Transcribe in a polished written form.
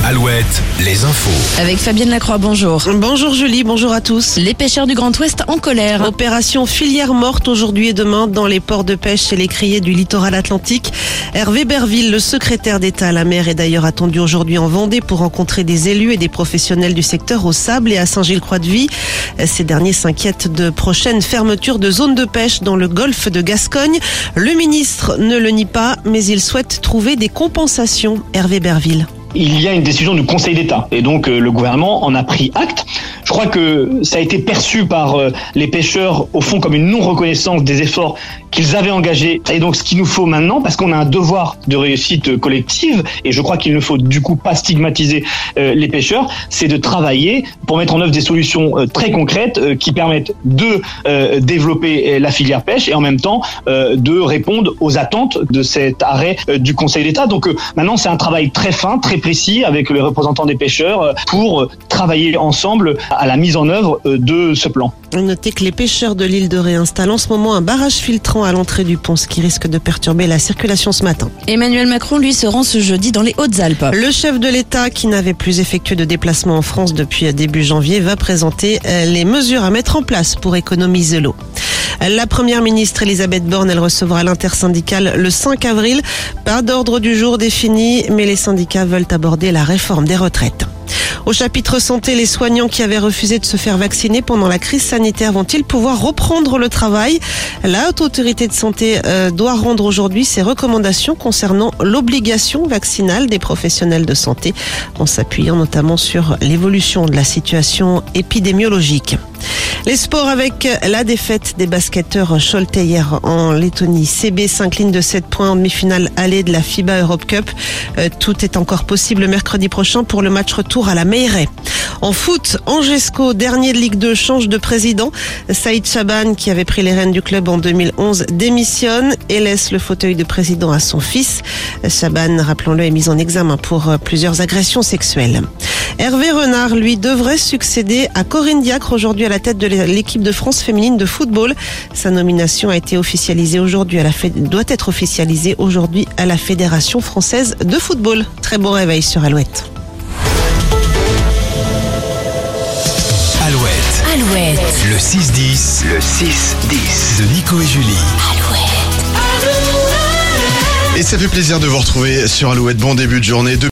Alouette, les infos. Avec Fabienne Lacroix, bonjour. Bonjour Julie, bonjour à tous. Les pêcheurs du Grand Ouest en colère. Opération filière morte aujourd'hui et demain dans les ports de pêche et les criées du littoral atlantique. Hervé Berville, le secrétaire d'État à la mer, est d'ailleurs attendu aujourd'hui en Vendée pour rencontrer des élus et des professionnels du secteur au Sable et à Saint-Gilles-Croix-de-Vie. Ces derniers s'inquiètent de prochaines fermetures de zones de pêche dans le golfe de Gascogne. Le ministre ne le nie pas, mais il souhaite trouver des compensations. Hervé Berville. Il y a une décision du Conseil d'État et donc le gouvernement en a pris acte. Je crois que ça a été perçu par les pêcheurs au fond comme une non-reconnaissance des efforts qu'ils avaient engagés. Et donc ce qu'il nous faut maintenant, parce qu'on a un devoir de réussite collective, et je crois qu'il ne faut du coup pas stigmatiser les pêcheurs, c'est de travailler pour mettre en œuvre des solutions très concrètes qui permettent de développer la filière pêche et en même temps de répondre aux attentes de cet arrêt du Conseil d'État. Donc maintenant c'est un travail très fin, très précis avec les représentants des pêcheurs pour travailler ensemble à la mise en œuvre de ce plan. Notez que les pêcheurs de l'île de Ré installent en ce moment un barrage filtrant à l'entrée du pont, ce qui risque de perturber la circulation ce matin. Emmanuel Macron, lui, se rend ce jeudi dans les Hautes-Alpes. Le chef de l'État, qui n'avait plus effectué de déplacement en France depuis début janvier, va présenter les mesures à mettre en place pour économiser l'eau. La première ministre Elisabeth Borne, elle recevra l'intersyndicale le 5 avril. Pas d'ordre du jour défini, mais les syndicats veulent aborder la réforme des retraites. Au chapitre santé, les soignants qui avaient refusé de se faire vacciner pendant la crise sanitaire vont-ils pouvoir reprendre le travail ? La Haute Autorité de Santé doit rendre aujourd'hui ses recommandations concernant l'obligation vaccinale des professionnels de santé, en s'appuyant notamment sur l'évolution de la situation épidémiologique. Les sports avec la défaite des basketteurs Cholet hier en Lettonie. CB s'incline de 7 points en demi-finale allée de la FIBA Europe Cup. Tout est encore possible mercredi prochain pour le match retour à la Meilleray. En foot, Angesco, dernier de Ligue 2, change de président. Saïd Chaban, qui avait pris les rênes du club en 2011, démissionne et laisse le fauteuil de président à son fils. Chaban, rappelons-le, est mis en examen pour plusieurs agressions sexuelles. Hervé Renard, lui, devrait succéder à Corinne Diacre aujourd'hui à la tête de l'équipe de France féminine de football. Sa nomination a été officialisée aujourd'hui doit être officialisée aujourd'hui à la Fédération française de football. Très bon réveil sur Alouette. Alouette. Le 6-10. Le 6-10. De Nico et Julie. Et ça fait plaisir de vous retrouver sur Alouette. Bon début de journée.